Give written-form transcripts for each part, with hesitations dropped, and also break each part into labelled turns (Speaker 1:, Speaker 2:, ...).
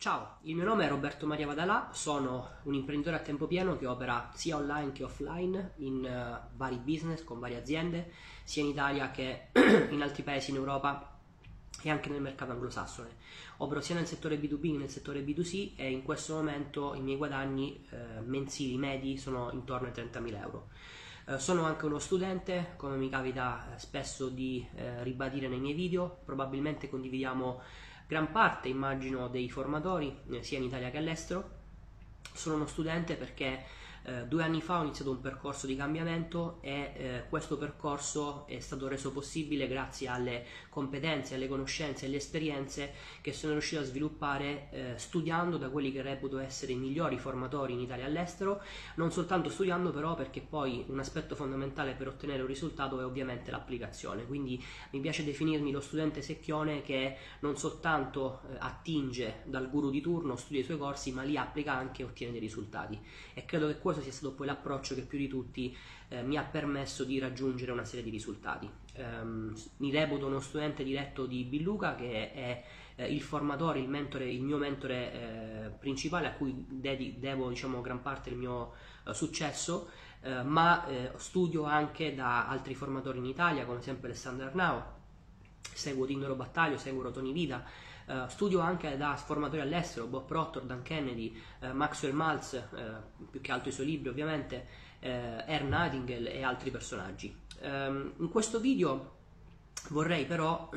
Speaker 1: Ciao, il mio nome è Roberto Maria Vadalà, sono un imprenditore a tempo pieno che opera sia online che offline in vari business con varie aziende, sia in Italia che in altri paesi in Europa e anche nel mercato anglosassone. Opero sia nel settore B2B che nel settore B2C e in questo momento i miei guadagni mensili medi sono intorno ai 30.000 euro. Sono anche uno studente, come mi capita spesso di ribadire nei miei video, probabilmente condividiamo gran parte, immagino, dei formatori, sia in Italia che all'estero. Sono uno studente perché 2 anni fa ho iniziato un percorso di cambiamento e questo percorso è stato reso possibile grazie alle competenze, alle conoscenze e alle esperienze che sono riuscito a sviluppare studiando da quelli che reputo essere i migliori formatori in Italia e all'estero, non soltanto studiando però, perché poi un aspetto fondamentale per ottenere un risultato è ovviamente l'applicazione. Quindi mi piace definirmi lo studente secchione che non soltanto attinge dal guru di turno, studia i suoi corsi, ma li applica anche e ottiene dei risultati, e credo che questo sia stato poi l'approccio che più di tutti mi ha permesso di raggiungere una serie di risultati. Mi reputo uno studente diretto di Biluca, che è il formatore, il mentore, il mio mentore principale, a cui devo, diciamo, gran parte del mio successo, ma studio anche da altri formatori in Italia, come sempre Alessandro Arnao, seguo Tindoro Battaglio, seguo Rotoni Vida. Studio anche da formatori all'estero, Bob Proctor, Dan Kennedy, Maxwell Maltz, più che altro i suoi libri ovviamente, Earl Nightingale e altri personaggi. In questo video vorrei però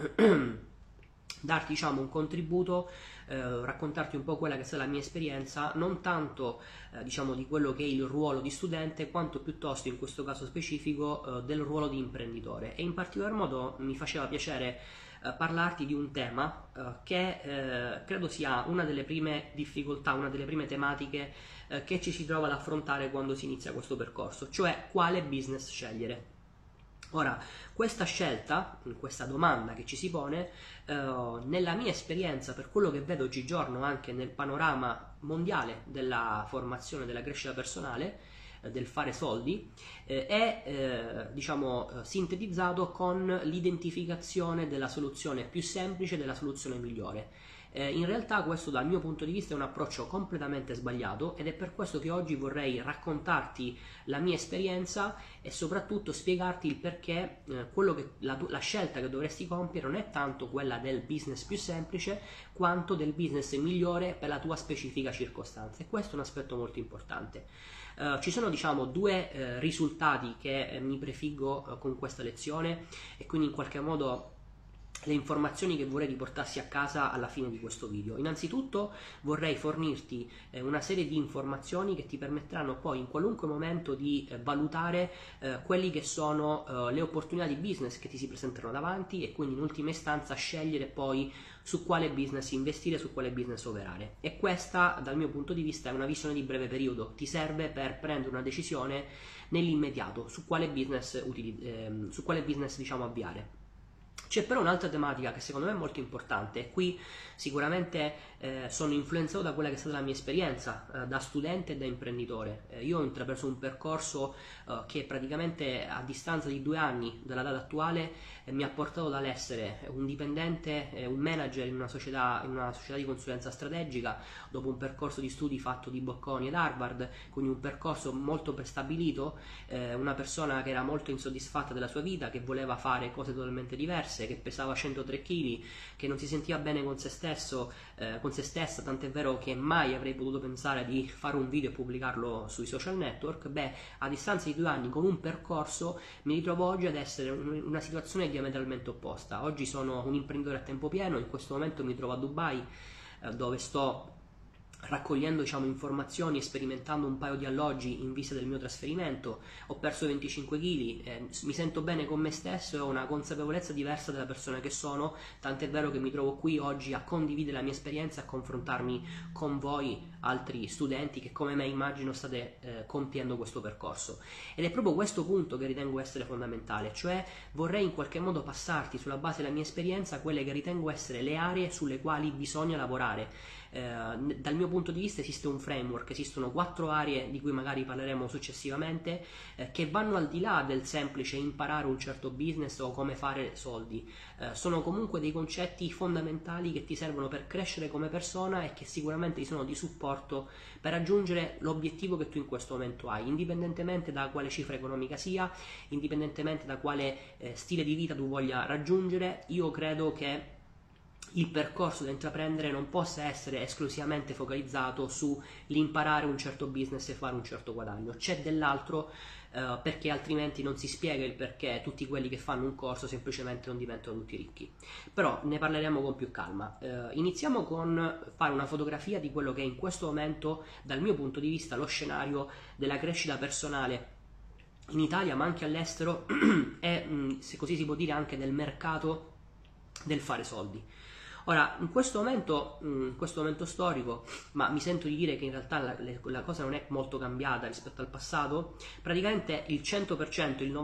Speaker 1: darti, diciamo, un contributo, raccontarti un po' quella che è stata la mia esperienza, non tanto diciamo di quello che è il ruolo di studente, quanto piuttosto in questo caso specifico del ruolo di imprenditore. E in particolar modo mi faceva piacere parlarti di un tema che credo sia una delle prime difficoltà, una delle prime tematiche che ci si trova ad affrontare quando si inizia questo percorso, cioè quale business scegliere. Ora, questa scelta, questa domanda che ci si pone, nella mia esperienza, per quello che vedo oggigiorno anche nel panorama mondiale della formazione, della crescita personale, del fare soldi, è diciamo sintetizzato con l'identificazione della soluzione più semplice, della soluzione migliore. In realtà questo, dal mio punto di vista, è un approccio completamente sbagliato, ed è per questo che oggi vorrei raccontarti la mia esperienza e soprattutto spiegarti il perché la scelta che dovresti compiere non è tanto quella del business più semplice, quanto del business migliore per la tua specifica circostanza, e questo è un aspetto molto importante. Ci sono, diciamo, due risultati che mi prefiggo con questa lezione, e quindi in qualche modo le informazioni che vorrei riportarsi a casa alla fine di questo video. Innanzitutto vorrei fornirti una serie di informazioni che ti permetteranno poi in qualunque momento di valutare quelli che sono le opportunità di business che ti si presentano davanti, e quindi in ultima istanza scegliere poi su quale business investire, su quale business operare. E questa, dal mio punto di vista, è una visione di breve periodo, ti serve per prendere una decisione nell'immediato su quale business diciamo avviare. C'è però un'altra tematica che secondo me è molto importante, e qui sicuramente sono influenzato da quella che è stata la mia esperienza da studente e da imprenditore. Io ho intrapreso un percorso che praticamente a distanza di 2 anni dalla data attuale mi ha portato dall'essere un dipendente, un manager in una società di consulenza strategica, dopo un percorso di studi fatto di Bocconi ed Harvard, quindi un percorso molto prestabilito, una persona che era molto insoddisfatta della sua vita, che voleva fare cose totalmente diverse, che pesava 103 kg, che non si sentiva bene con se stesso, con se stessa, tant'è vero che mai avrei potuto pensare di fare un video e pubblicarlo sui social network. Beh, a distanza di 2 anni, con un percorso, mi ritrovo oggi ad essere in una situazione diametralmente opposta. Oggi sono un imprenditore a tempo pieno, in questo momento mi trovo a Dubai, dove sto raccogliendo, diciamo, informazioni e sperimentando un paio di alloggi in vista del mio trasferimento. Ho perso 25 kg, mi sento bene con me stesso e ho una consapevolezza diversa della persona che sono, tant'è vero che mi trovo qui oggi a condividere la mia esperienza e a confrontarmi con voi, altri studenti che come me immagino state compiendo questo percorso. Ed è proprio questo punto che ritengo essere fondamentale, cioè vorrei in qualche modo passarti, sulla base della mia esperienza, quelle che ritengo essere le aree sulle quali bisogna lavorare. Dal mio punto di vista esiste un framework, esistono 4 aree di cui magari parleremo successivamente, che vanno al di là del semplice imparare un certo business o come fare soldi. Sono comunque dei concetti fondamentali che ti servono per crescere come persona e che sicuramente ti sono di supporto per raggiungere l'obiettivo che tu in questo momento hai, indipendentemente da quale cifra economica sia, indipendentemente da quale stile di vita tu voglia raggiungere. Io credo che il percorso da intraprendere non possa essere esclusivamente focalizzato su l'imparare un certo business e fare un certo guadagno. C'è dell'altro, perché altrimenti non si spiega il perché tutti quelli che fanno un corso semplicemente non diventano tutti ricchi. Però ne parleremo con più calma. Iniziamo con fare una fotografia di quello che è in questo momento, dal mio punto di vista, lo scenario della crescita personale in Italia ma anche all'estero e, se così si può dire, anche del mercato del fare soldi. Ora, in questo momento storico, ma mi sento di dire che in realtà la cosa non è molto cambiata rispetto al passato, praticamente il 100%, il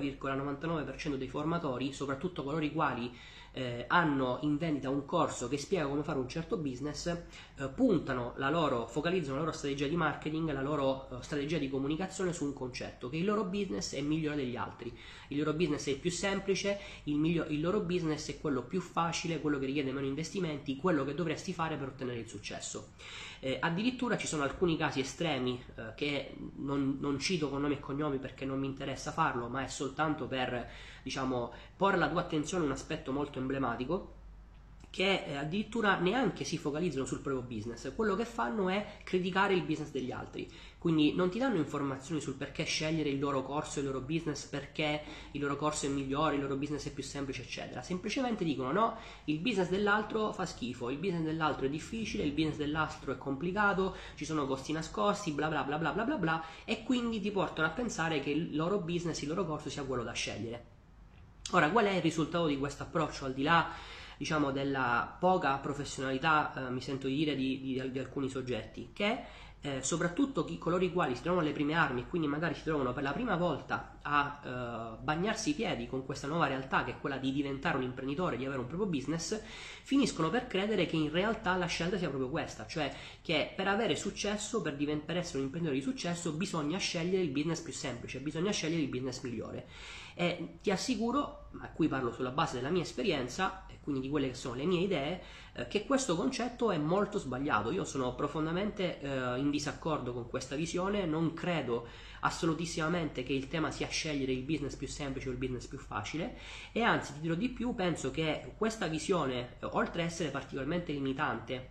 Speaker 1: 99,99% dei formatori, soprattutto coloro i quali hanno in vendita un corso che spiega come fare un certo business, focalizzano la loro strategia di marketing, la loro strategia di comunicazione su un concetto, che il loro business è migliore degli altri, il loro business è il più semplice, il loro business è quello più facile, quello che richiede meno investimenti, quello che dovresti fare per ottenere il successo. Addirittura ci sono alcuni casi estremi che non cito con nomi e cognomi perché non mi interessa farlo, ma è soltanto per, diciamo, porre alla tua attenzione un aspetto molto emblematico, che addirittura neanche si focalizzano sul proprio business, quello che fanno è criticare il business degli altri, quindi non ti danno informazioni sul perché scegliere il loro corso, il loro business, perché il loro corso è migliore, il loro business è più semplice, eccetera. Semplicemente dicono no, il business dell'altro fa schifo, il business dell'altro è difficile, il business dell'altro è complicato, ci sono costi nascosti, bla bla bla bla bla bla bla, e quindi ti portano a pensare che il loro business, il loro corso sia quello da scegliere. Ora, qual è il risultato di questo approccio, al di là, diciamo, della poca professionalità, mi sento di dire, di alcuni soggetti, che soprattutto coloro i quali si trovano alle prime armi e quindi magari si trovano per la prima volta a bagnarsi i piedi con questa nuova realtà, che è quella di diventare un imprenditore, di avere un proprio business, finiscono per credere che in realtà la scelta sia proprio questa, cioè che per avere successo, per essere un imprenditore di successo, bisogna scegliere il business più semplice, bisogna scegliere il business migliore. E ti assicuro, ma qui parlo sulla base della mia esperienza e quindi di quelle che sono le mie idee, che questo concetto è molto sbagliato. Io sono profondamente in disaccordo con questa visione, non credo assolutissimamente che il tema sia scegliere il business più semplice o il business più facile, e anzi ti dirò di più, penso che questa visione, oltre a essere particolarmente limitante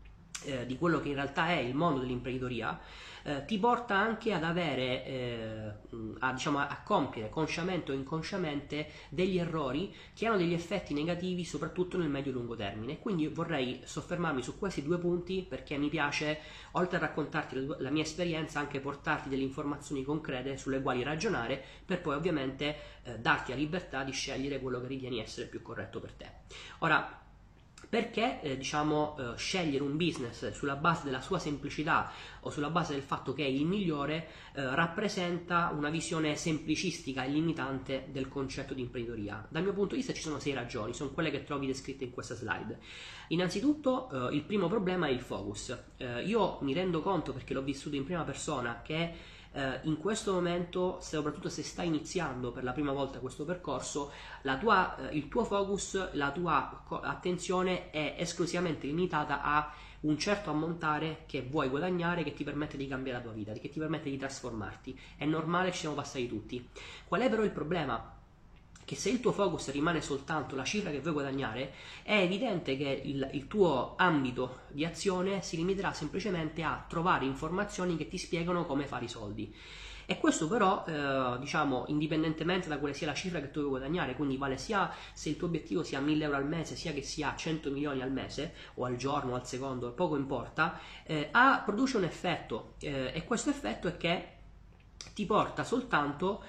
Speaker 1: di quello che in realtà è il mondo dell'imprenditoria, ti porta anche ad avere, a compiere consciamente o inconsciamente degli errori che hanno degli effetti negativi soprattutto nel medio-lungo termine. Quindi vorrei soffermarmi su questi due punti perché mi piace, oltre a raccontarti la mia esperienza, anche portarti delle informazioni concrete sulle quali ragionare, per poi ovviamente darti la libertà di scegliere quello che ritieni essere più corretto per te. Ora, perché scegliere un business sulla base della sua semplicità o sulla base del fatto che è il migliore rappresenta una visione semplicistica e limitante del concetto di imprenditoria? Dal mio punto di vista ci sono 6 ragioni, sono quelle che trovi descritte in questa slide. Innanzitutto il primo problema è il focus. Io mi rendo conto, perché l'ho vissuto in prima persona, che in questo momento, soprattutto se stai iniziando per la prima volta questo percorso, il tuo focus, la tua attenzione è esclusivamente limitata a un certo ammontare che vuoi guadagnare, che ti permette di cambiare la tua vita, che ti permette di trasformarti. È normale, ci siamo passati tutti. Qual è però il problema? Che se il tuo focus rimane soltanto la cifra che vuoi guadagnare, è evidente che il tuo ambito di azione si limiterà semplicemente a trovare informazioni che ti spiegano come fare i soldi. E questo però, indipendentemente da quale sia la cifra che tu vuoi guadagnare, quindi vale sia se il tuo obiettivo sia 1.000 euro al mese, sia che sia 100 milioni al mese, o al giorno, o al secondo, poco importa, produce un effetto, e questo effetto è che ti porta soltanto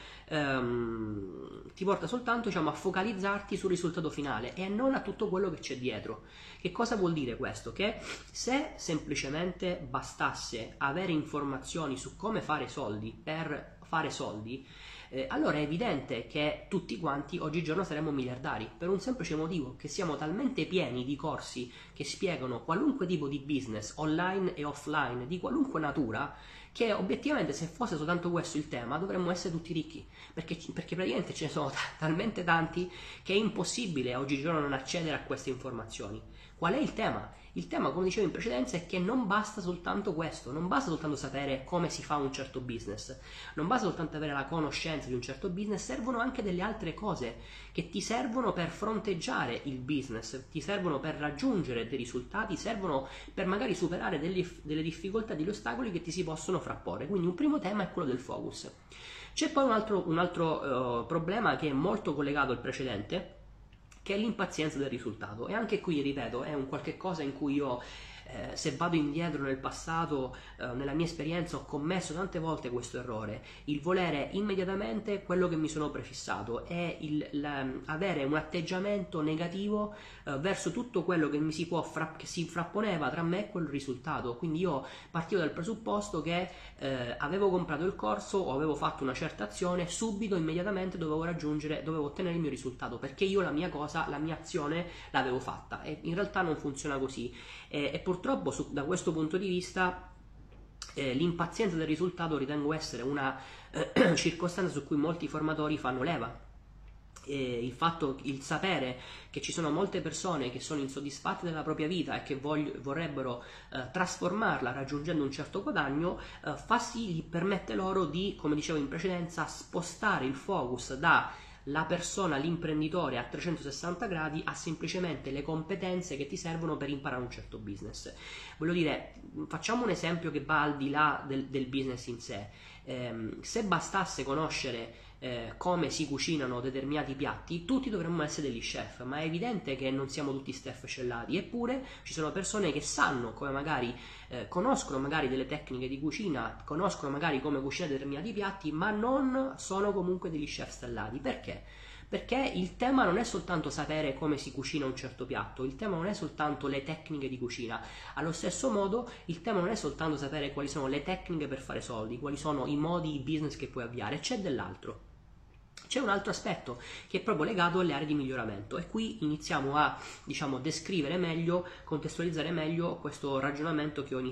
Speaker 1: a focalizzarti sul risultato finale e non a tutto quello che c'è dietro. Che cosa vuol dire questo? Che se semplicemente bastasse avere informazioni su come fare soldi per fare soldi, allora è evidente che tutti quanti oggigiorno saremmo miliardari, per un semplice motivo, che siamo talmente pieni di corsi che spiegano qualunque tipo di business, online e offline, di qualunque natura, che obiettivamente se fosse soltanto questo il tema dovremmo essere tutti ricchi, perché praticamente ce ne sono talmente tanti che è impossibile oggigiorno non accedere a queste informazioni. Qual è il tema? Il tema, come dicevo in precedenza, è che non basta soltanto questo, non basta soltanto sapere come si fa un certo business, non basta soltanto avere la conoscenza di un certo business, servono anche delle altre cose che ti servono per fronteggiare il business, ti servono per raggiungere dei risultati, servono per magari superare delle difficoltà, degli ostacoli che ti si possono frapporre. Quindi un primo tema è quello del focus. C'è poi un altro problema che è molto collegato al precedente, che è l'impazienza del risultato, e anche qui, ripeto, è un qualche cosa in cui io, se vado indietro nel passato, nella mia esperienza, ho commesso tante volte questo errore, il volere immediatamente quello che mi sono prefissato e avere un atteggiamento negativo verso tutto quello che che si frapponeva tra me e quel risultato. Quindi io partivo dal presupposto che avevo comprato il corso o avevo fatto una certa azione, subito, immediatamente dovevo ottenere il mio risultato, perché io la mia azione l'avevo fatta, e in realtà non funziona così. E purtroppo da questo punto di vista l'impazienza del risultato ritengo essere una circostanza su cui molti formatori fanno leva. Il sapere che ci sono molte persone che sono insoddisfatte della propria vita e che vorrebbero trasformarla raggiungendo un certo guadagno, permette loro di, come dicevo in precedenza, spostare il focus la persona, l'imprenditore a 360 gradi, ha semplicemente le competenze che ti servono per imparare un certo business. Voglio dire, facciamo un esempio che va al di là del business in sé. Se bastasse conoscere come si cucinano determinati piatti, tutti dovremmo essere degli chef, ma è evidente che non siamo tutti chef scellati, eppure ci sono persone che sanno come magari conoscono magari delle tecniche di cucina, conoscono magari come cucinare determinati piatti, ma non sono comunque degli chef stellati. Perché? Perché il tema non è soltanto sapere come si cucina un certo piatto, il tema non è soltanto le tecniche di cucina. Allo stesso modo, il tema non è soltanto sapere quali sono le tecniche per fare soldi, quali sono i modi di business che puoi avviare, c'è dell'altro. C'è un altro aspetto che è proprio legato alle aree di miglioramento, e qui iniziamo a, diciamo, descrivere meglio, contestualizzare meglio questo ragionamento che ho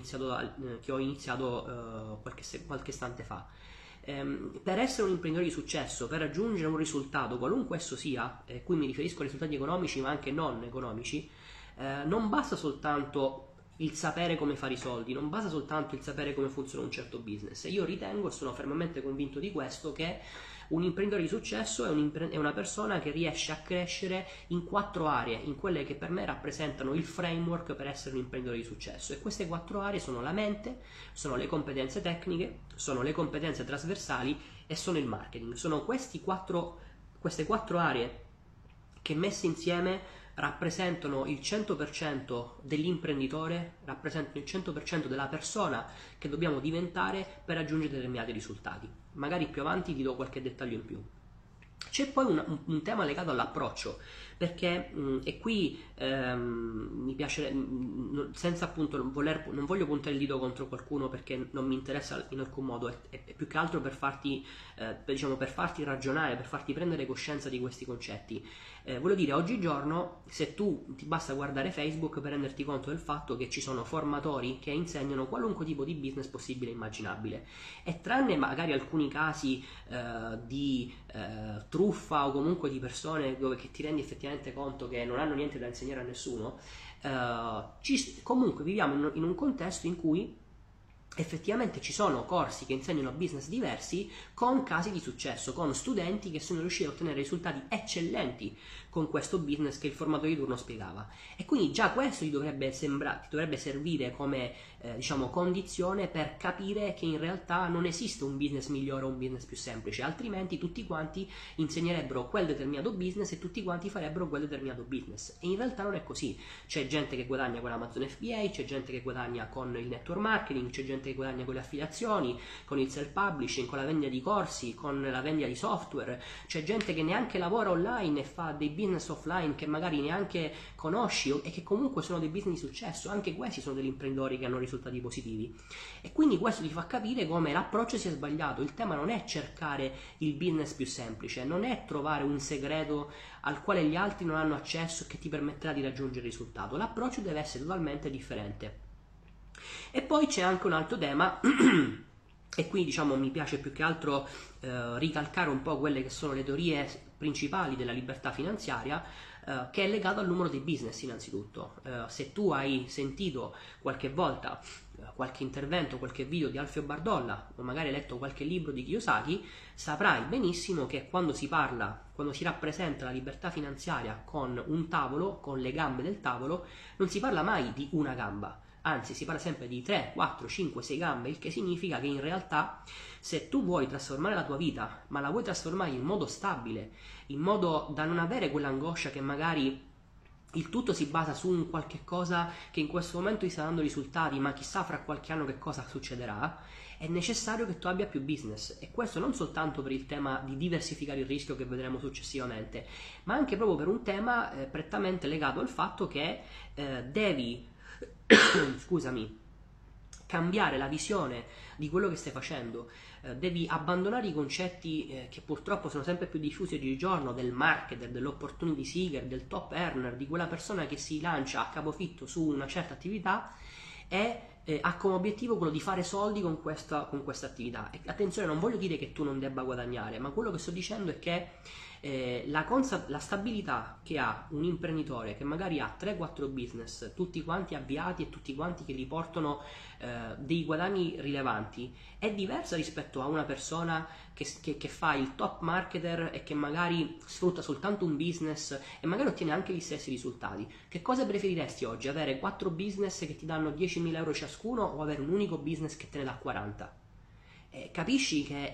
Speaker 1: iniziato qualche istante fa. Per essere un imprenditore di successo, per raggiungere un risultato, qualunque esso sia, qui mi riferisco a risultati economici ma anche non economici, non basta soltanto il sapere come fare i soldi, non basta soltanto il sapere come funziona un certo business. Io ritengo, e sono fermamente convinto di questo, che un imprenditore di successo è una persona che riesce a crescere in 4 aree, in quelle che per me rappresentano il framework per essere un imprenditore di successo. E queste 4 aree sono la mente, sono le competenze tecniche, sono le competenze trasversali e sono il marketing. Sono queste 4 aree che messe insieme rappresentano il 100% dell'imprenditore, rappresentano il 100% della persona che dobbiamo diventare per raggiungere determinati risultati. Magari più avanti ti do qualche dettaglio in più. C'è poi un tema legato all'approccio, perché e qui mi piace, senza appunto non voglio puntare il dito contro qualcuno, perché non mi interessa in alcun modo, è più che altro per farti ragionare, per farti prendere coscienza di questi concetti. Voglio dire, oggigiorno, se ti basta guardare Facebook per renderti conto del fatto che ci sono formatori che insegnano qualunque tipo di business possibile e immaginabile, e tranne magari alcuni casi di truffa o comunque di persone che ti rendi effettivamente conto che non hanno niente da insegnare a nessuno, comunque viviamo in un contesto in cui effettivamente ci sono corsi che insegnano business diversi, con casi di successo, con studenti che sono riusciti a ottenere risultati eccellenti con questo business che il formatore di turno spiegava. E quindi già questo ti dovrebbe servire come condizione per capire che in realtà non esiste un business migliore o un business più semplice, altrimenti tutti quanti insegnerebbero quel determinato business e tutti quanti farebbero quel determinato business, e in realtà non è così. C'è gente che guadagna con Amazon FBA, c'è gente che guadagna con il network marketing, c'è gente gente che guadagna con le affiliazioni, con il self-publishing, con la vendita di corsi, con la vendita di software, c'è gente che neanche lavora online e fa dei business offline che magari neanche conosci e che comunque sono dei business di successo. Anche questi sono degli imprenditori che hanno risultati positivi, e quindi questo ti fa capire come l'approccio sia sbagliato. Il tema non è cercare il business più semplice, non è trovare un segreto al quale gli altri non hanno accesso e che ti permetterà di raggiungere il risultato. L'approccio deve essere totalmente differente. E poi c'è anche un altro tema e qui diciamo mi piace più che altro ricalcare un po' quelle che sono le teorie principali della libertà finanziaria, che è legato al numero di business innanzitutto. Se tu hai sentito qualche volta qualche intervento, qualche video di Alfio Bardolla o magari hai letto qualche libro di Kiyosaki, saprai benissimo che quando si parla, quando si rappresenta la libertà finanziaria con un tavolo, con le gambe del tavolo, non si parla mai di una gamba, anzi si parla sempre di 3, 4, 5, 6 gambe, il che significa che in realtà se tu vuoi trasformare la tua vita, ma la vuoi trasformare in modo stabile, in modo da non avere quell'angoscia che magari il tutto si basa su un qualche cosa che in questo momento ti sta dando risultati, ma chissà fra qualche anno che cosa succederà, è necessario che tu abbia più business. E questo non soltanto per il tema di diversificare il rischio che vedremo successivamente, ma anche proprio per un tema prettamente legato al fatto che devi scusami, cambiare la visione di quello che stai facendo. Devi abbandonare i concetti che purtroppo sono sempre più diffusi oggigiorno, del marketer, dell'opportunity seeker, del top earner, di quella persona che si lancia a capofitto su una certa attività e ha come obiettivo quello di fare soldi con questa attività. E attenzione, non voglio dire che tu non debba guadagnare, ma quello che sto dicendo è che la stabilità che ha un imprenditore che magari ha 3-4 business tutti quanti avviati e tutti quanti che gli portano dei guadagni rilevanti è diversa rispetto a una persona che fa il top marketer e che magari sfrutta soltanto un business e magari ottiene anche gli stessi risultati. Che cosa preferiresti oggi? Avere 4 business che ti danno 10.000 euro ciascuno o avere un unico business che te ne dà 40? Capisci che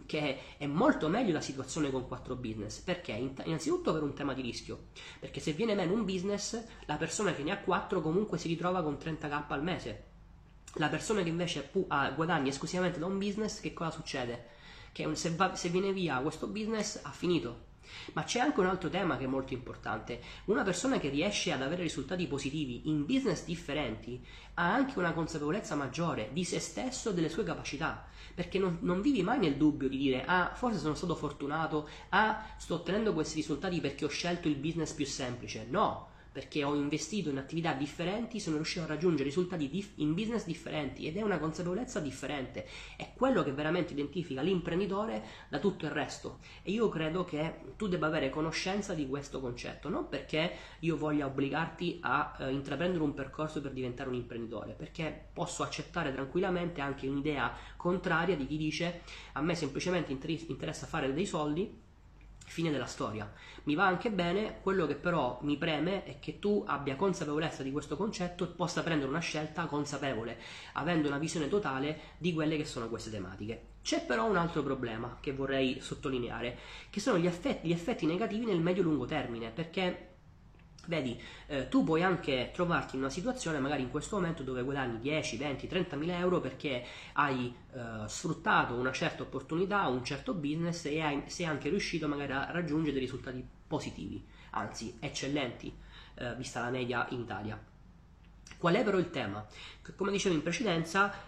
Speaker 1: è molto meglio la situazione con 4 business. Perché? Innanzitutto per un tema di rischio, perché se viene meno un business, la persona che ne ha 4 comunque si ritrova con 30.000 al mese. La persona che invece guadagna esclusivamente da un business, che cosa succede? Che se viene via questo business ha finito. Ma c'è anche un altro tema che è molto importante. Una persona che riesce ad avere risultati positivi in business differenti ha anche una consapevolezza maggiore di se stesso e delle sue capacità, perché non vivi mai nel dubbio di dire forse sono stato fortunato, sto ottenendo questi risultati perché ho scelto il business più semplice. No, perché ho investito in attività differenti, sono riuscito a raggiungere risultati in business differenti, ed è una consapevolezza differente. È quello che veramente identifica l'imprenditore da tutto il resto, e io credo che tu debba avere conoscenza di questo concetto, non perché io voglia obbligarti a intraprendere un percorso per diventare un imprenditore, perché posso accettare tranquillamente anche un'idea contraria di chi dice a me semplicemente interessa fare dei soldi, fine della storia. Mi va anche bene, quello che però mi preme è che tu abbia consapevolezza di questo concetto e possa prendere una scelta consapevole, avendo una visione totale di quelle che sono queste tematiche. C'è però un altro problema che vorrei sottolineare, che sono gli effetti negativi nel medio-lungo termine, perché vedi, tu puoi anche trovarti in una situazione magari in questo momento dove guadagni 10, 20, 30.000 euro perché hai sfruttato una certa opportunità, un certo business, e sei anche riuscito magari a raggiungere dei risultati positivi, anzi eccellenti, vista la media in Italia. Qual è però il tema? Come dicevo in precedenza,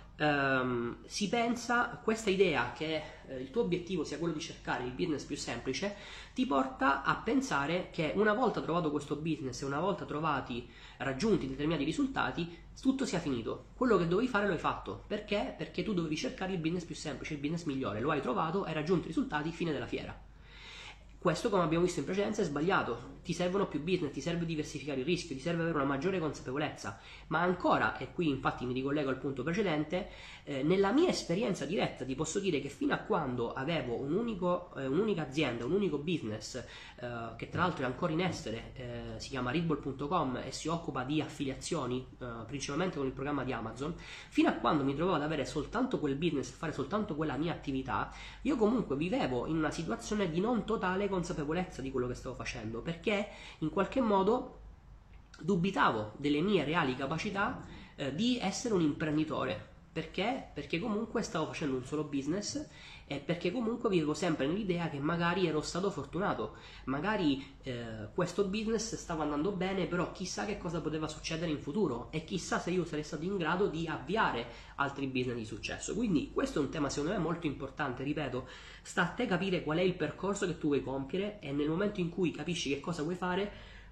Speaker 1: si pensa, questa idea che il tuo obiettivo sia quello di cercare il business più semplice ti porta a pensare che una volta trovato questo business e una volta raggiunti determinati risultati, tutto sia finito. Quello che dovevi fare lo hai fatto. Perché? Perché tu dovevi cercare il business più semplice, il business migliore, lo hai trovato, hai raggiunto i risultati, fine della fiera. Questo, come abbiamo visto in precedenza, è sbagliato. Ti servono più business, ti serve diversificare il rischio, ti serve avere una maggiore consapevolezza. Ma ancora, e qui infatti mi ricollego al punto precedente, nella mia esperienza diretta ti posso dire che fino a quando avevo un'unica azienda, un unico business, che tra l'altro è ancora in essere, si chiama readball.com e si occupa di affiliazioni, principalmente con il programma di Amazon, fino a quando mi trovavo ad avere soltanto quel business, fare soltanto quella mia attività, io comunque vivevo in una situazione di non totale consapevolezza di quello che stavo facendo, perché in qualche modo dubitavo delle mie reali capacità di essere un imprenditore, Perché? Perché comunque stavo facendo un solo business e perché comunque vivevo sempre nell'idea che magari ero stato fortunato, magari questo business stava andando bene, però chissà che cosa poteva succedere in futuro e chissà se io sarei stato in grado di avviare altri business di successo. Quindi questo è un tema secondo me molto importante, ripeto, sta a te capire qual è il percorso che tu vuoi compiere e nel momento in cui capisci che cosa vuoi fare,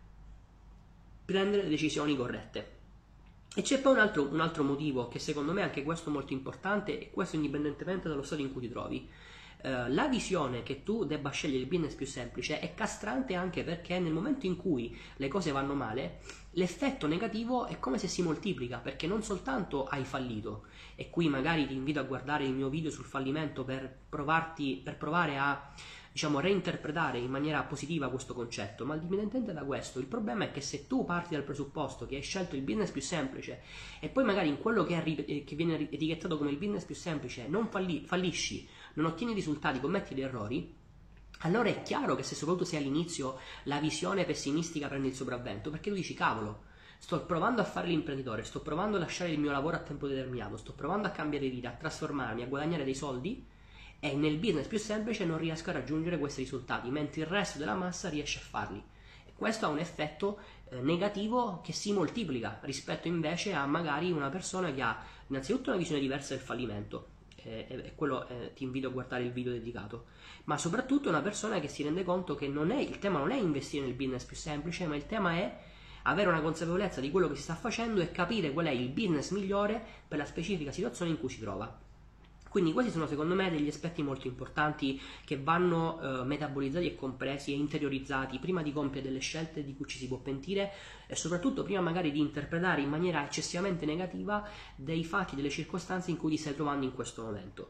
Speaker 1: prendere le decisioni corrette. E c'è poi un altro motivo che secondo me anche questo è molto importante, e questo indipendentemente dallo stato in cui ti trovi. La visione che tu debba scegliere il business più semplice è castrante anche perché nel momento in cui le cose vanno male, l'effetto negativo è come se si moltiplica, perché non soltanto hai fallito, e qui magari ti invito a guardare il mio video sul fallimento per provare a, diciamo, reinterpretare in maniera positiva questo concetto, ma indipendentemente da questo, il problema è che se tu parti dal presupposto che hai scelto il business più semplice e poi magari in quello che viene etichettato come il business più semplice non fallisci, non ottieni risultati, commetti degli errori, allora è chiaro che se soprattutto sei all'inizio la visione pessimistica prende il sopravvento, perché tu dici cavolo, sto provando a fare l'imprenditore, sto provando a lasciare il mio lavoro a tempo determinato, sto provando a cambiare vita, a trasformarmi, a guadagnare dei soldi, e nel business più semplice non riesco a raggiungere questi risultati, mentre il resto della massa riesce a farli. E questo ha un effetto negativo che si moltiplica rispetto invece a magari una persona che ha innanzitutto una visione diversa del fallimento, e quello ti invito a guardare il video dedicato, ma soprattutto una persona che si rende conto che il tema non è investire nel business più semplice, ma il tema è avere una consapevolezza di quello che si sta facendo e capire qual è il business migliore per la specifica situazione in cui si trova. Quindi questi sono secondo me degli aspetti molto importanti che vanno metabolizzati e compresi e interiorizzati prima di compiere delle scelte di cui ci si può pentire e soprattutto prima magari di interpretare in maniera eccessivamente negativa dei fatti, delle circostanze in cui ti stai trovando in questo momento.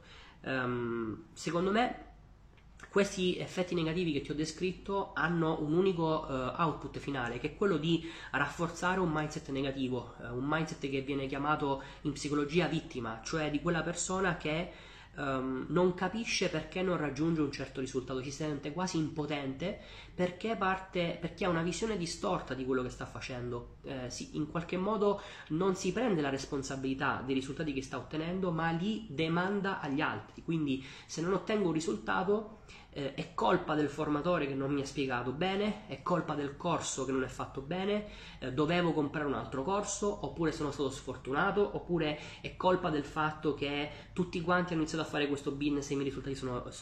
Speaker 1: Secondo me questi effetti negativi che ti ho descritto hanno un unico output finale, che è quello di rafforzare un mindset negativo, un mindset che viene chiamato in psicologia vittima, cioè di quella persona che non capisce perché non raggiunge un certo risultato, si sente quasi impotente perché ha una visione distorta di quello che sta facendo, in qualche modo non si prende la responsabilità dei risultati che sta ottenendo, ma li demanda agli altri. Quindi se non ottengo un risultato è colpa del formatore che non mi ha spiegato bene, è colpa del corso che non è fatto bene, dovevo comprare un altro corso, oppure sono stato sfortunato, oppure è colpa del fatto che tutti quanti hanno iniziato a fare questo business e i miei risultati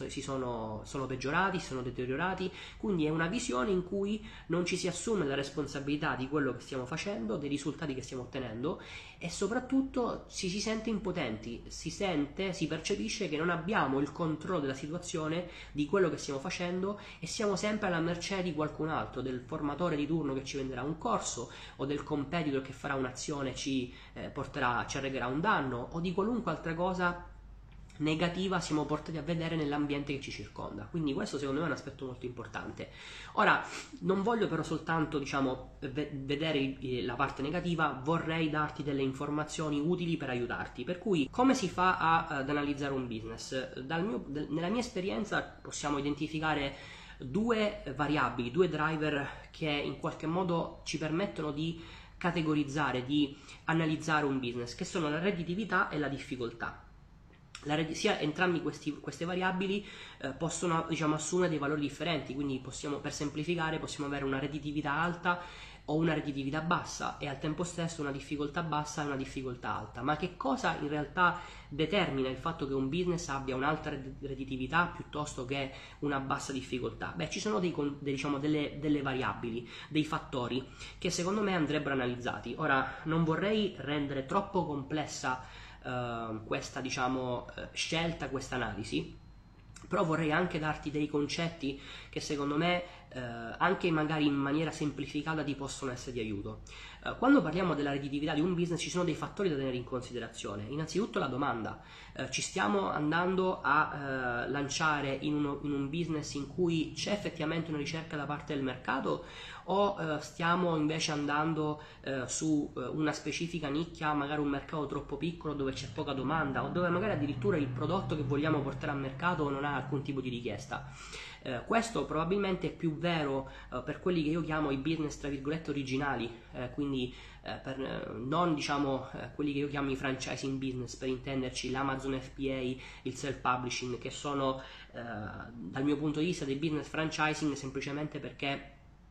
Speaker 1: sono peggiorati, si sono deteriorati. Quindi è una visione in cui non ci si assume la responsabilità di quello che stiamo facendo, dei risultati che stiamo ottenendo, e soprattutto si sente impotenti, si percepisce che non abbiamo il controllo della situazione, di quello che stiamo facendo, e siamo sempre alla mercé di qualcun altro, del formatore di turno che ci venderà un corso, o del competitor che farà un'azione e ci arrecherà un danno, o di qualunque altra cosa negativa siamo portati a vedere nell'ambiente che ci circonda. Quindi questo secondo me è un aspetto molto importante. Ora, non voglio però soltanto, diciamo, vedere la parte negativa, vorrei darti delle informazioni utili per aiutarti. Per cui, come si fa ad analizzare un business? Nella mia esperienza possiamo identificare due variabili, due driver che in qualche modo ci permettono di categorizzare, di analizzare un business, che sono la redditività e la difficoltà. Entrambi queste variabili possono, diciamo, assumere dei valori differenti, quindi per semplificare possiamo avere una redditività alta o una redditività bassa, e al tempo stesso una difficoltà bassa e una difficoltà alta. Ma che cosa in realtà determina il fatto che un business abbia un'alta redditività piuttosto che una bassa difficoltà? Beh, ci sono delle variabili, dei fattori che secondo me andrebbero analizzati. Ora, non vorrei rendere troppo complessa questa, diciamo, scelta, questa analisi, però vorrei anche darti dei concetti che secondo me anche magari in maniera semplificata ti possono essere di aiuto. Quando parliamo della redditività di un business ci sono dei fattori da tenere in considerazione. Innanzitutto la domanda. Ci stiamo andando a lanciare in un business in cui c'è effettivamente una ricerca da parte del mercato, o stiamo invece andando su una specifica nicchia, magari un mercato troppo piccolo dove c'è poca domanda, o dove magari addirittura il prodotto che vogliamo portare al mercato non ha alcun tipo di richiesta. Questo probabilmente è più vero per quelli che io chiamo i business tra virgolette originali, quindi non diciamo quelli che io chiamo i franchising business, per intenderci l'Amazon FBA, il self-publishing, che sono dal mio punto di vista dei business franchising semplicemente perché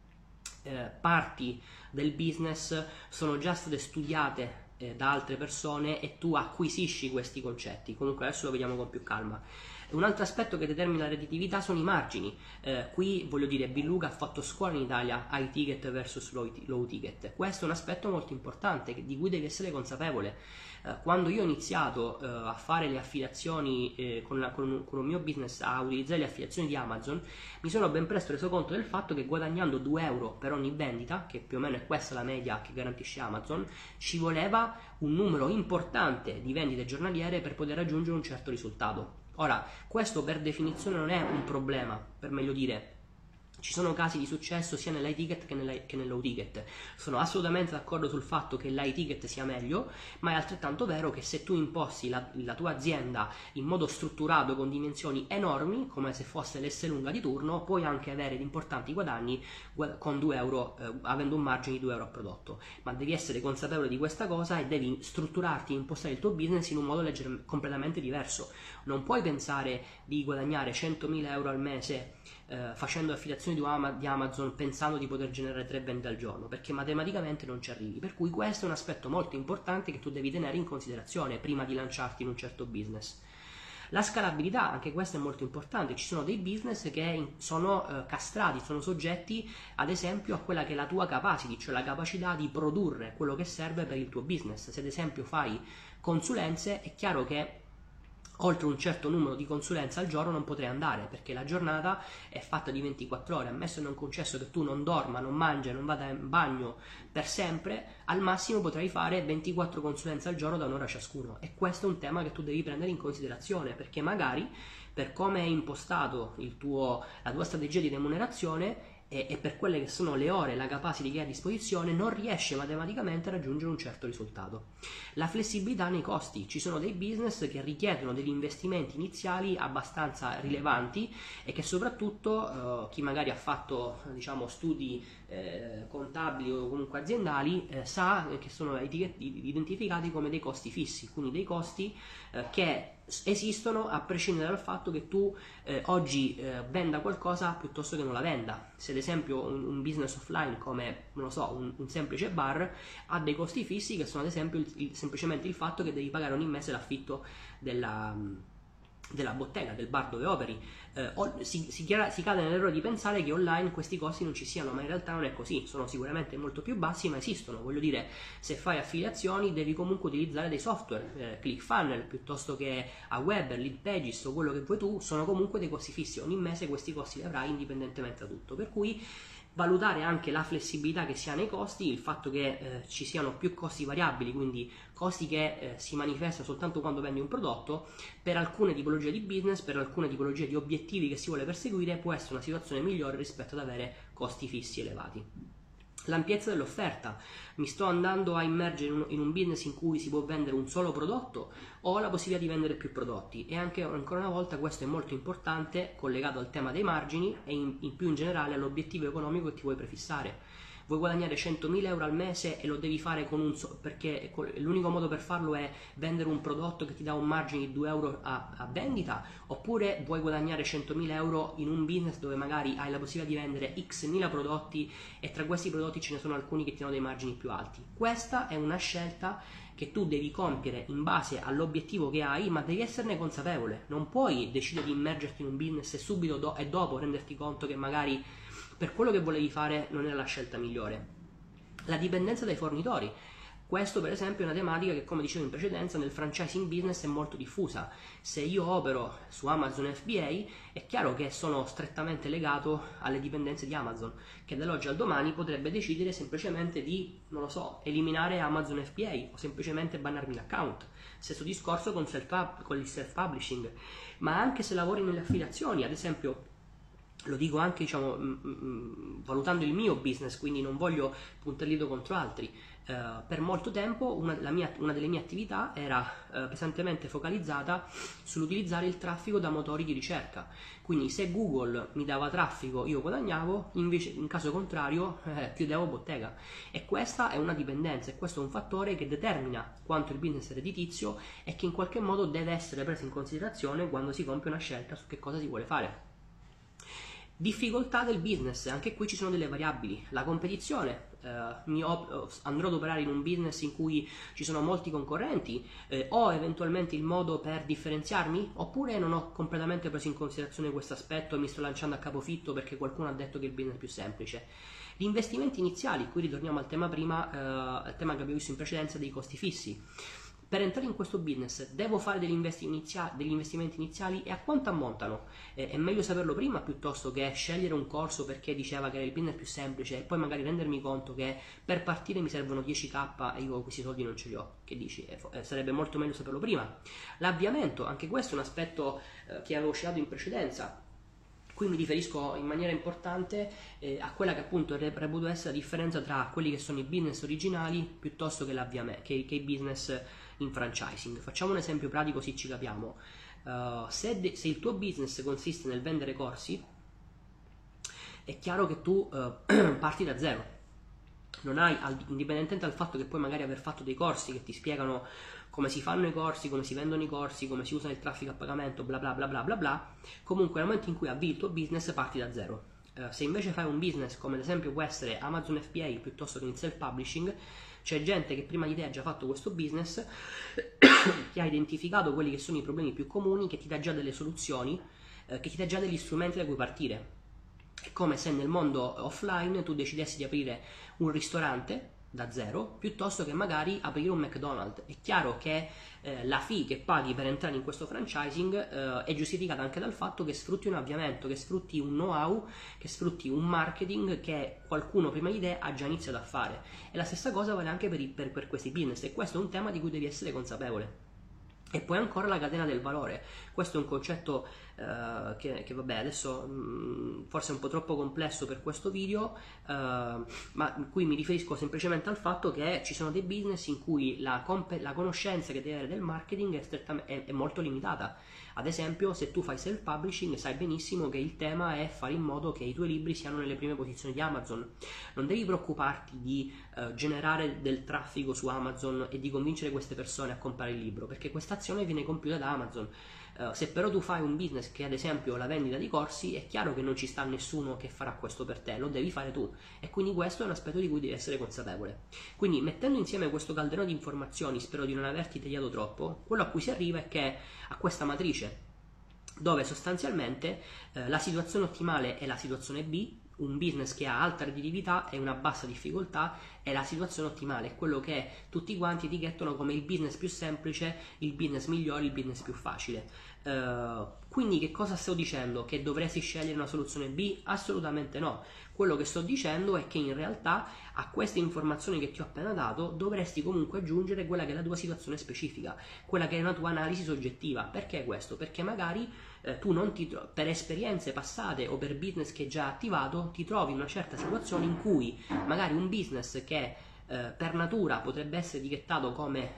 Speaker 1: parti del business sono già state studiate da altre persone e tu acquisisci questi concetti. Comunque adesso lo vediamo con più calma. Un altro aspetto che determina la redditività sono i margini. Qui voglio dire, Biluca ha fatto scuola in Italia, high ticket versus low ticket. Questo è un aspetto molto importante di cui devi essere consapevole. Quando io ho iniziato a fare le affiliazioni con un mio business, a utilizzare le affiliazioni di Amazon, mi sono ben presto reso conto del fatto che guadagnando 2 euro per ogni vendita, che più o meno è questa la media che garantisce Amazon, ci voleva un numero importante di vendite giornaliere per poter raggiungere un certo risultato. Ora, questo per definizione non è un problema, per meglio dire. Ci sono casi di successo sia nell'high ticket che nel low ticket. Sono assolutamente d'accordo sul fatto che l'high ticket sia meglio, ma è altrettanto vero che se tu imposti la tua azienda in modo strutturato con dimensioni enormi, come se fosse l'S lunga di turno, puoi anche avere importanti guadagni con 2 euro, avendo un margine di 2 euro a prodotto. Ma devi essere consapevole di questa cosa e devi strutturarti e impostare il tuo business in un modo completamente diverso. Non puoi pensare di guadagnare 100.000 euro al mese facendo affiliazioni di Amazon pensando di poter generare 3 vendite al giorno, perché matematicamente non ci arrivi. Per cui questo è un aspetto molto importante che tu devi tenere in considerazione prima di lanciarti in un certo business. La scalabilità, anche questa è molto importante. Ci sono dei business che sono castrati, sono soggetti ad esempio a quella che è la tua capacity, cioè la capacità di produrre quello che serve per il tuo business. Se ad esempio fai consulenze, è chiaro che oltre un certo numero di consulenze al giorno non potrei andare, perché la giornata è fatta di 24 ore, ammesso e non concesso che tu non dorma, non mangi, non vada in bagno per sempre, al massimo potrai fare 24 consulenze al giorno da un'ora ciascuno, e questo è un tema che tu devi prendere in considerazione, perché magari per come è impostato la tua strategia di remunerazione e per quelle che sono le ore, la capacity che hai a disposizione, non riesce matematicamente a raggiungere un certo risultato. La flessibilità nei costi. Ci sono dei business che richiedono degli investimenti iniziali abbastanza rilevanti e che soprattutto chi magari ha fatto diciamo studi contabili o comunque aziendali sa che sono identificati come dei costi fissi, quindi dei costi che esistono a prescindere dal fatto che tu oggi venda qualcosa piuttosto che non la venda. Se ad esempio un business offline come, non lo so, un semplice bar ha dei costi fissi che sono ad esempio semplicemente il fatto che devi pagare ogni mese l'affitto della bottega, del bar dove operi. Si cade nell'errore di pensare che online questi costi non ci siano, ma in realtà non è così, sono sicuramente molto più bassi, ma esistono. Voglio dire, se fai affiliazioni devi comunque utilizzare dei software, ClickFunnels piuttosto che Aweber, Leadpages o quello che vuoi tu, sono comunque dei costi fissi, ogni mese questi costi li avrai indipendentemente da tutto, per cui valutare anche la flessibilità che si ha nei costi, il fatto che ci siano più costi variabili, quindi costi che si manifestano soltanto quando vendi un prodotto. Per alcune tipologie di business, per alcune tipologie di obiettivi che si vuole perseguire, può essere una situazione migliore rispetto ad avere costi fissi elevati. L'ampiezza dell'offerta. Mi sto andando a immergere in un business in cui si può vendere un solo prodotto o ho la possibilità di vendere più prodotti, e anche ancora una volta questo è molto importante, collegato al tema dei margini e in più in generale all'obiettivo economico che ti vuoi prefissare. Vuoi guadagnare 100.000 euro al mese e lo devi fare perché l'unico modo per farlo è vendere un prodotto che ti dà un margine di 2 euro a vendita, oppure vuoi guadagnare 100.000 euro in un business dove magari hai la possibilità di vendere x mila prodotti e tra questi prodotti ce ne sono alcuni che ti danno dei margini più alti. Questa è una scelta che tu devi compiere in base all'obiettivo che hai, ma devi esserne consapevole. Non puoi decidere di immergerti in un business e subito dopo renderti conto che magari per quello che volevi fare non era la scelta migliore. La dipendenza dai fornitori. Questo per esempio è una tematica che, come dicevo in precedenza, nel franchising business è molto diffusa. Se io opero su Amazon FBA è chiaro che sono strettamente legato alle dipendenze di Amazon, che dall'oggi al domani potrebbe decidere semplicemente di, non lo so, eliminare Amazon FBA o semplicemente bannarmi l'account. Stesso discorso con il self-publishing. Ma anche se lavori nelle affiliazioni, ad esempio, lo dico anche diciamo valutando il mio business, quindi non voglio puntare il dito contro altri. Per molto tempo una delle mie attività era pesantemente focalizzata sull'utilizzare il traffico da motori di ricerca. Quindi se Google mi dava traffico io guadagnavo, invece in caso contrario chiudevo bottega. E questa è una dipendenza, e questo è un fattore che determina quanto il business è redditizio e che in qualche modo deve essere preso in considerazione quando si compie una scelta su che cosa si vuole fare. Difficoltà del business, anche qui ci sono delle variabili. La competizione, andrò ad operare in un business in cui ci sono molti concorrenti, ho eventualmente il modo per differenziarmi, oppure non ho completamente preso in considerazione questo aspetto e mi sto lanciando a capofitto perché qualcuno ha detto che il business è più semplice. Gli investimenti iniziali, qui ritorniamo al tema prima, al tema che abbiamo visto in precedenza dei costi fissi. Per entrare in questo business devo fare degli investimenti iniziali, e a quanto ammontano? È meglio saperlo prima piuttosto che scegliere un corso perché diceva che era il business più semplice e poi magari rendermi conto che per partire mi servono 10k e io questi soldi non ce li ho. Che dici? Sarebbe molto meglio saperlo prima. L'avviamento, anche questo è un aspetto che avevo citato in precedenza. Qui mi riferisco in maniera importante a quella che appunto reputo essere la differenza tra quelli che sono i business originali piuttosto che i business in franchising. Facciamo un esempio pratico così ci capiamo. Se il tuo business consiste nel vendere corsi, è chiaro che tu parti da zero. Non hai, indipendentemente dal fatto che puoi magari aver fatto dei corsi che ti spiegano come si fanno i corsi, come si vendono i corsi, come si usa il traffico a pagamento, bla bla bla bla bla bla, comunque nel momento in cui avvii il tuo business parti da zero. Se invece fai un business come ad esempio può essere Amazon FBA piuttosto che in self-publishing, c'è gente che prima di te ha già fatto questo business, che ha identificato quelli che sono i problemi più comuni, che ti dà già delle soluzioni, che ti dà già degli strumenti da cui partire. È come se nel mondo offline tu decidessi di aprire un ristorante da zero piuttosto che magari aprire un McDonald's. È chiaro che la fee che paghi per entrare in questo franchising è giustificata anche dal fatto che sfrutti un avviamento, che sfrutti un know-how, che sfrutti un marketing che qualcuno prima di te ha già iniziato a fare. E la stessa cosa vale anche per questi business, e questo è un tema di cui devi essere consapevole. E poi ancora la catena del valore. Questo è un concetto che vabbè adesso forse è un po' troppo complesso per questo video, ma qui mi riferisco semplicemente al fatto che ci sono dei business in cui la conoscenza che devi avere del marketing è molto limitata. Ad esempio, se tu fai self-publishing sai benissimo che il tema è fare in modo che i tuoi libri siano nelle prime posizioni di Amazon. Non devi preoccuparti di generare del traffico su Amazon e di convincere queste persone a comprare il libro, perché questa azione viene compiuta da Amazon. Se però tu fai un business che ad esempio la vendita di corsi, è chiaro che non ci sta nessuno che farà questo per te, lo devi fare tu, e quindi questo è un aspetto di cui devi essere consapevole. Quindi mettendo insieme questo calderone di informazioni, spero di non averti tagliato troppo, quello a cui si arriva è che a questa matrice dove sostanzialmente la situazione ottimale è la situazione B, un business che ha alta redditività e una bassa difficoltà è la situazione ottimale, è quello che tutti quanti etichettano come il business più semplice, il business migliore, il business più facile. Quindi che cosa sto dicendo? Che dovresti scegliere una soluzione B? Assolutamente no. Quello che sto dicendo è che in realtà a queste informazioni che ti ho appena dato dovresti comunque aggiungere quella che è la tua situazione specifica, quella che è una tua analisi soggettiva. Perché questo? Perché magari tu non per esperienze passate o per business che hai già attivato ti trovi in una certa situazione in cui magari un business che per natura potrebbe essere etichettato come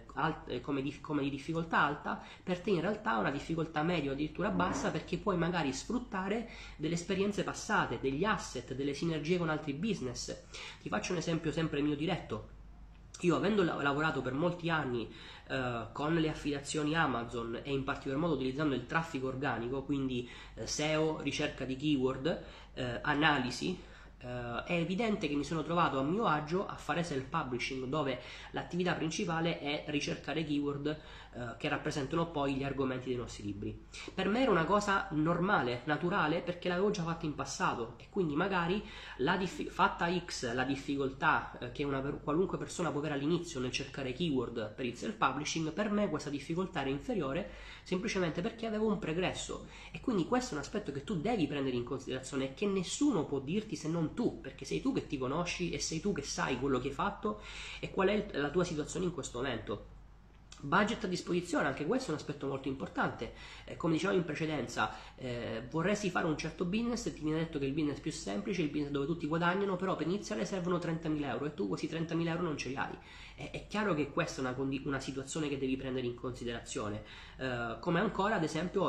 Speaker 1: di difficoltà alta, per te in realtà ha una difficoltà media o addirittura bassa, perché puoi magari sfruttare delle esperienze passate, degli asset, delle sinergie con altri business. Ti faccio un esempio sempre mio diretto. Io, avendo lavorato per molti anni con le affiliazioni Amazon e in particolar modo utilizzando il traffico organico, quindi SEO, ricerca di keyword, analisi, è evidente che mi sono trovato a mio agio a fare self-publishing, dove l'attività principale è ricercare keyword che rappresentano poi gli argomenti dei nostri libri. Per me era una cosa normale, naturale, perché l'avevo già fatta in passato, e quindi magari fatta X la difficoltà che qualunque persona può avere all'inizio nel cercare keyword per il self-publishing, per me questa difficoltà era inferiore semplicemente perché avevo un pregresso. E quindi questo è un aspetto che tu devi prendere in considerazione e che nessuno può dirti se non tu, perché sei tu che ti conosci e sei tu che sai quello che hai fatto e qual è la tua situazione in questo momento. Budget a disposizione, anche questo è un aspetto molto importante. Come dicevamo in precedenza, vorresti fare un certo business, ti viene detto che è il business più semplice, il business dove tutti guadagnano, però per iniziare servono 30.000 euro e tu questi 30.000 euro non ce li hai. È chiaro che questa è una situazione che devi prendere in considerazione. Come ancora ad esempio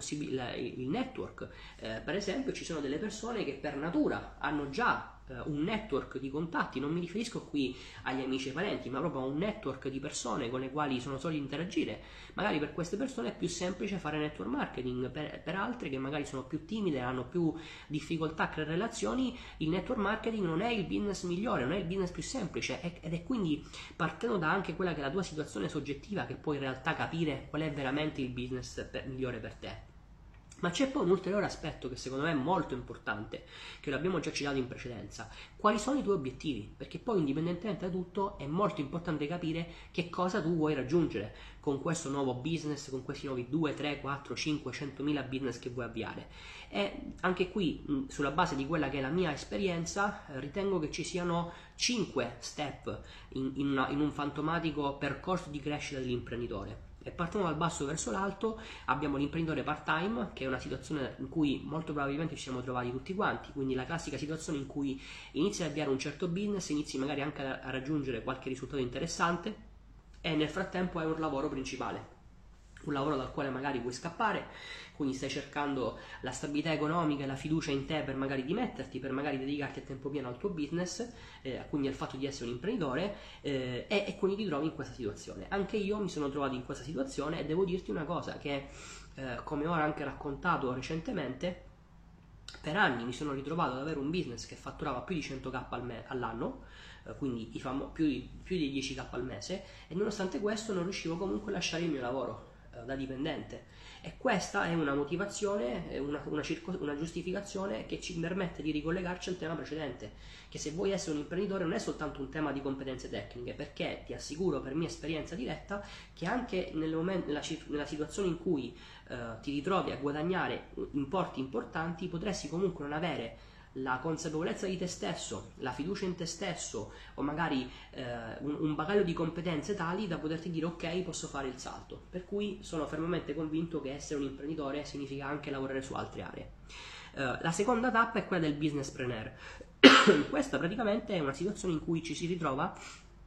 Speaker 1: il network. Per esempio ci sono delle persone che per natura hanno già un network di contatti, non mi riferisco qui agli amici e ai parenti, ma proprio a un network di persone con le quali sono soliti interagire. Magari per queste persone è più semplice fare network marketing, per altre che magari sono più timide, hanno più difficoltà a creare relazioni, il network marketing non è il business migliore, non è il business più semplice, ed è quindi partendo da anche quella che è la tua situazione soggettiva che puoi in realtà capire qual è veramente il business migliore per te. Ma c'è poi un ulteriore aspetto che secondo me è molto importante, che l'abbiamo già citato in precedenza. Quali sono i tuoi obiettivi? Perché poi indipendentemente da tutto è molto importante capire che cosa tu vuoi raggiungere con questo nuovo business, con questi nuovi 2, 3, 4, 5, 100.000 business che vuoi avviare. E anche qui, sulla base di quella che è la mia esperienza, ritengo che ci siano 5 step in un fantomatico percorso di crescita dell'imprenditore. E partendo dal basso verso l'alto abbiamo l'imprenditore part-time, che è una situazione in cui molto probabilmente ci siamo trovati tutti quanti, quindi la classica situazione in cui inizi ad avviare un certo business, inizi magari anche a raggiungere qualche risultato interessante e nel frattempo hai un lavoro principale, un lavoro dal quale magari vuoi scappare, quindi stai cercando la stabilità economica e la fiducia in te per magari dimetterti, per magari dedicarti a tempo pieno al tuo business, quindi al fatto di essere un imprenditore, e quindi ti trovi in questa situazione. Anche io mi sono trovato in questa situazione e devo dirti una cosa che, come ho anche raccontato recentemente, per anni mi sono ritrovato ad avere un business che fatturava più di 100.000 all'anno, quindi più di 10.000 al mese, e nonostante questo non riuscivo comunque a lasciare il mio lavoro da dipendente. E questa è una motivazione, una giustificazione che ci permette di ricollegarci al tema precedente, che se vuoi essere un imprenditore non è soltanto un tema di competenze tecniche, perché ti assicuro per mia esperienza diretta che anche nella situazione in cui ti ritrovi a guadagnare importi importanti, potresti comunque non avere la consapevolezza di te stesso, la fiducia in te stesso o magari un bagaglio di competenze tali da poterti dire ok, posso fare il salto. Per cui sono fermamente convinto che essere un imprenditore significa anche lavorare su altre aree. La seconda tappa è quella del businesspreneur. Questa praticamente è una situazione in cui ci si ritrova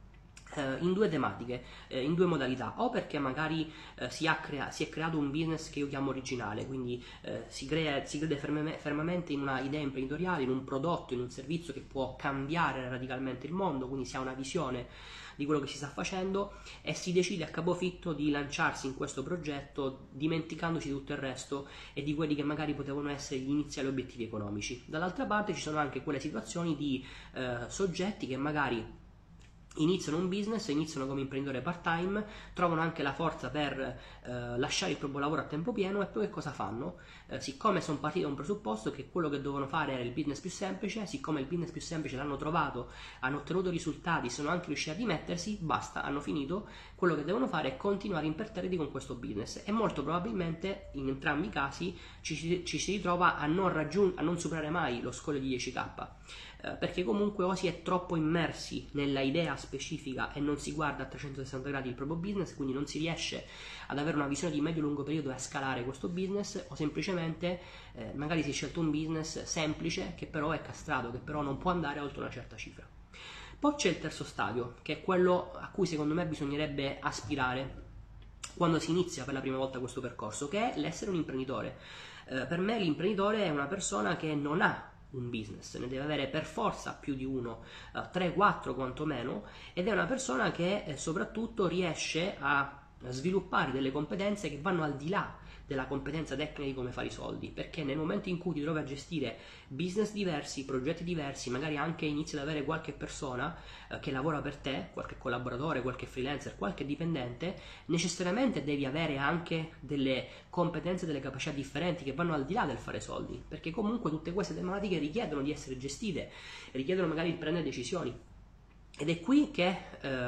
Speaker 1: in due tematiche, in due modalità, o perché magari si è creato un business che io chiamo originale, quindi si crede fermamente in una idea imprenditoriale, in un prodotto, in un servizio che può cambiare radicalmente il mondo, quindi si ha una visione di quello che si sta facendo e si decide a capofitto di lanciarsi in questo progetto dimenticandosi di tutto il resto e di quelli che magari potevano essere gli iniziali obiettivi economici. Dall'altra parte ci sono anche quelle situazioni di soggetti che magari iniziano un business, iniziano come imprenditore part-time, trovano anche la forza per lasciare il proprio lavoro a tempo pieno e poi che cosa fanno? Siccome sono partiti da un presupposto che quello che dovevano fare era il business più semplice, siccome il business più semplice l'hanno trovato, hanno ottenuto risultati, sono anche riusciti a dimettersi, basta, hanno finito, quello che devono fare è continuare imperterriti con questo business e molto probabilmente in entrambi i casi ci si ritrova a non superare mai lo scoglio di 10k. Perché comunque o si è troppo immersi nella idea specifica e non si guarda a 360 gradi il proprio business, quindi non si riesce ad avere una visione di medio-lungo periodo e a scalare questo business, o semplicemente magari si è scelto un business semplice che però è castrato, che però non può andare oltre una certa cifra. Poi c'è il terzo stadio, che è quello a cui secondo me bisognerebbe aspirare quando si inizia per la prima volta questo percorso, che è l'essere un imprenditore. Per me l'imprenditore è una persona che non ha un business, ne deve avere per forza più di uno, 3, 4 quantomeno, ed è una persona che soprattutto riesce a sviluppare delle competenze che vanno al di là della competenza tecnica di come fare i soldi, perché nel momento in cui ti trovi a gestire business diversi, progetti diversi, magari anche inizi ad avere qualche persona che lavora per te, qualche collaboratore, qualche freelancer, qualche dipendente, necessariamente devi avere anche delle competenze, delle capacità differenti che vanno al di là del fare soldi, perché comunque tutte queste tematiche richiedono di essere gestite, richiedono magari di prendere decisioni. Ed è qui che,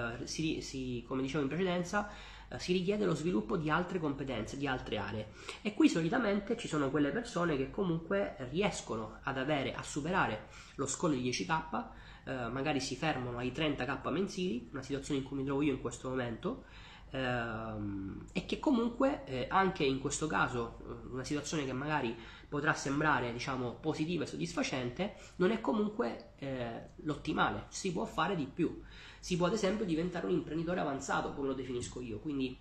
Speaker 1: come dicevo in precedenza, si richiede lo sviluppo di altre competenze, di altre aree. E qui solitamente ci sono quelle persone che comunque riescono a superare lo scoglio di 10k, magari si fermano ai 30k mensili, una situazione in cui mi trovo io in questo momento, e che comunque anche in questo caso una situazione che magari potrà sembrare diciamo positiva e soddisfacente non è comunque l'ottimale, si può fare di più, si può ad esempio diventare un imprenditore avanzato come lo definisco io, quindi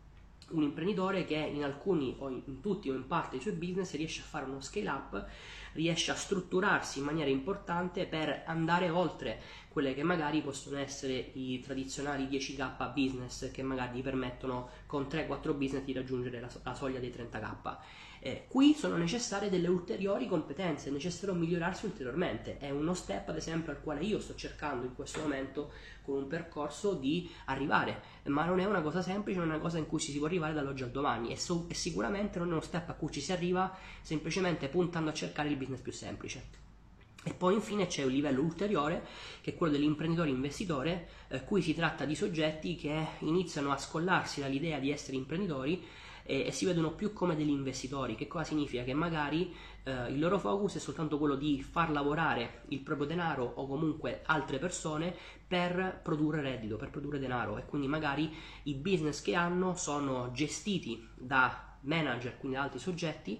Speaker 1: un imprenditore che in alcuni o in tutti o in parte dei suoi business riesce a fare uno scale up, riesce a strutturarsi in maniera importante per andare oltre quelle che magari possono essere i tradizionali 10k business che magari gli permettono con 3-4 business di raggiungere la soglia dei 30k. Qui sono necessarie delle ulteriori competenze, è necessario migliorarsi ulteriormente, è uno step ad esempio al quale io sto cercando in questo momento con un percorso di arrivare, ma non è una cosa semplice, non è una cosa in cui si può arrivare dall'oggi al domani e sicuramente non è uno step a cui ci si arriva semplicemente puntando a cercare il business più semplice. E poi infine c'è un livello ulteriore che è quello dell'imprenditore investitore, cui si tratta di soggetti che iniziano a scollarsi dall'idea di essere imprenditori e si vedono più come degli investitori. Che cosa significa? Che magari il loro focus è soltanto quello di far lavorare il proprio denaro o comunque altre persone per produrre reddito, per produrre denaro, e quindi magari i business che hanno sono gestiti da manager, quindi da altri soggetti,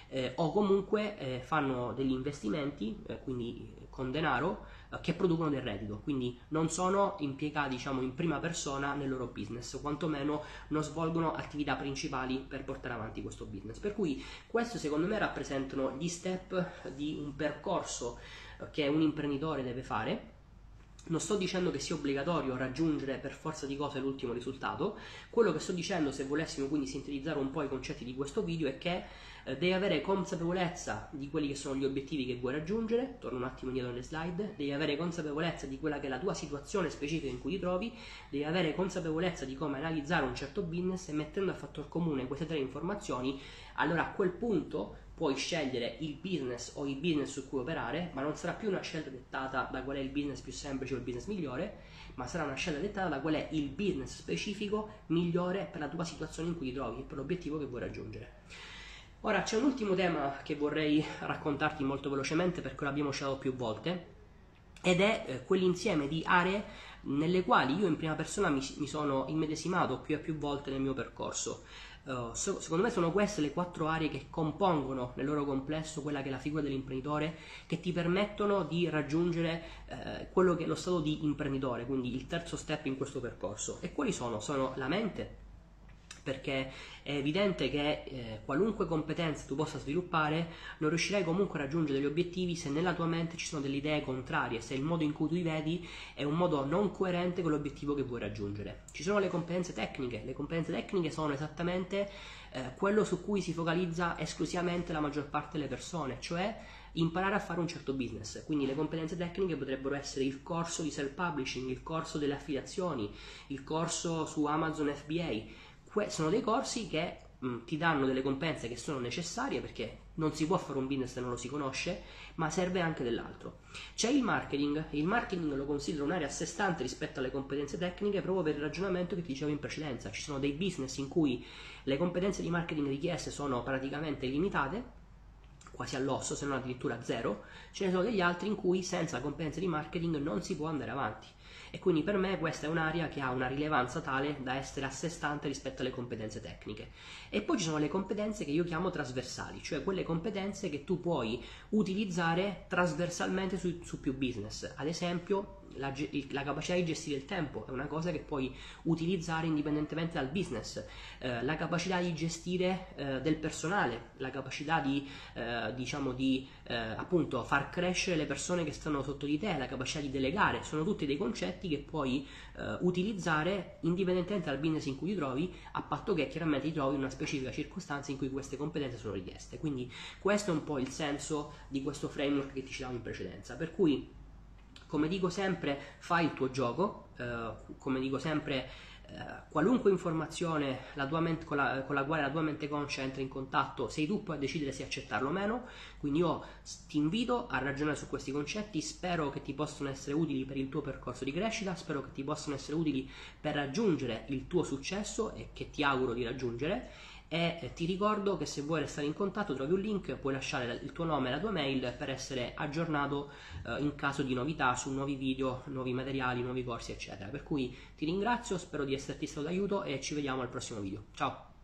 Speaker 1: o comunque fanno degli investimenti, quindi con denaro, che producono del reddito, quindi non sono impiegati diciamo in prima persona nel loro business, o quantomeno non svolgono attività principali per portare avanti questo business. Per cui questo secondo me rappresentano gli step di un percorso che un imprenditore deve fare. Non sto dicendo che sia obbligatorio raggiungere per forza di cose l'ultimo risultato, quello che sto dicendo, se volessimo quindi sintetizzare un po' i concetti di questo video, è che devi avere consapevolezza di quelli che sono gli obiettivi che vuoi raggiungere, torno un attimo indietro nelle slide, devi avere consapevolezza di quella che è la tua situazione specifica in cui ti trovi, devi avere consapevolezza di come analizzare un certo business, e mettendo a fattor comune queste tre informazioni, allora a quel punto puoi scegliere il business o i business su cui operare, ma non sarà più una scelta dettata da qual è il business più semplice o il business migliore, ma sarà una scelta dettata da qual è il business specifico migliore per la tua situazione in cui ti trovi e per l'obiettivo che vuoi raggiungere. Ora c'è un ultimo tema che vorrei raccontarti molto velocemente perché l'abbiamo citato più volte, ed è quell'insieme di aree nelle quali io in prima persona mi sono immedesimato più e più volte nel mio percorso. Secondo me sono queste le 4 aree che compongono nel loro complesso quella che è la figura dell'imprenditore, che ti permettono di raggiungere quello che è lo stato di imprenditore, quindi il terzo step in questo percorso. E quali sono? Sono la mente, perché è evidente che qualunque competenza tu possa sviluppare non riuscirai comunque a raggiungere degli obiettivi se nella tua mente ci sono delle idee contrarie, se il modo in cui tu li vedi è un modo non coerente con l'obiettivo che vuoi raggiungere. Ci sono le competenze tecniche. Le competenze tecniche sono esattamente quello su cui si focalizza esclusivamente la maggior parte delle persone, cioè imparare a fare un certo business. Quindi le competenze tecniche potrebbero essere il corso di self-publishing, il corso delle affiliazioni, il corso su Amazon FBA. Sono dei corsi che ti danno delle competenze che sono necessarie, perché non si può fare un business se non lo si conosce, ma serve anche dell'altro. C'è il marketing lo considero un'area a sé stante rispetto alle competenze tecniche, proprio per il ragionamento che ti dicevo in precedenza. Ci sono dei business in cui le competenze di marketing richieste sono praticamente limitate, quasi all'osso, se non addirittura zero. Ce ne sono degli altri in cui senza competenze di marketing non si può andare avanti. E quindi per me questa è un'area che ha una rilevanza tale da essere a sé stante rispetto alle competenze tecniche. E poi ci sono le competenze che io chiamo trasversali, cioè quelle competenze che tu puoi utilizzare trasversalmente su più business. Ad esempio la capacità di gestire il tempo è una cosa che puoi utilizzare indipendentemente dal business, la capacità di gestire del personale, la capacità di appunto far crescere le persone che stanno sotto di te, la capacità di delegare, sono tutti dei concetti che puoi utilizzare indipendentemente dal business in cui ti trovi, a patto che chiaramente ti trovi in una specifica circostanza in cui queste competenze sono richieste. Quindi questo è un po' il senso di questo framework che ti citavo in precedenza, per cui come dico sempre, fai il tuo gioco, come dico sempre, qualunque informazione con la quale la tua mente conscia entra in contatto, sei tu poi a decidere se accettarlo o meno. Quindi io ti invito a ragionare su questi concetti, spero che ti possano essere utili per il tuo percorso di crescita, spero che ti possano essere utili per raggiungere il tuo successo, e che ti auguro di raggiungere. e ti ricordo che se vuoi restare in contatto trovi un link, puoi lasciare il tuo nome e la tua mail per essere aggiornato in caso di novità su nuovi video, nuovi materiali, nuovi corsi eccetera. Per cui ti ringrazio, spero di esserti stato d'aiuto e ci vediamo al prossimo video. Ciao!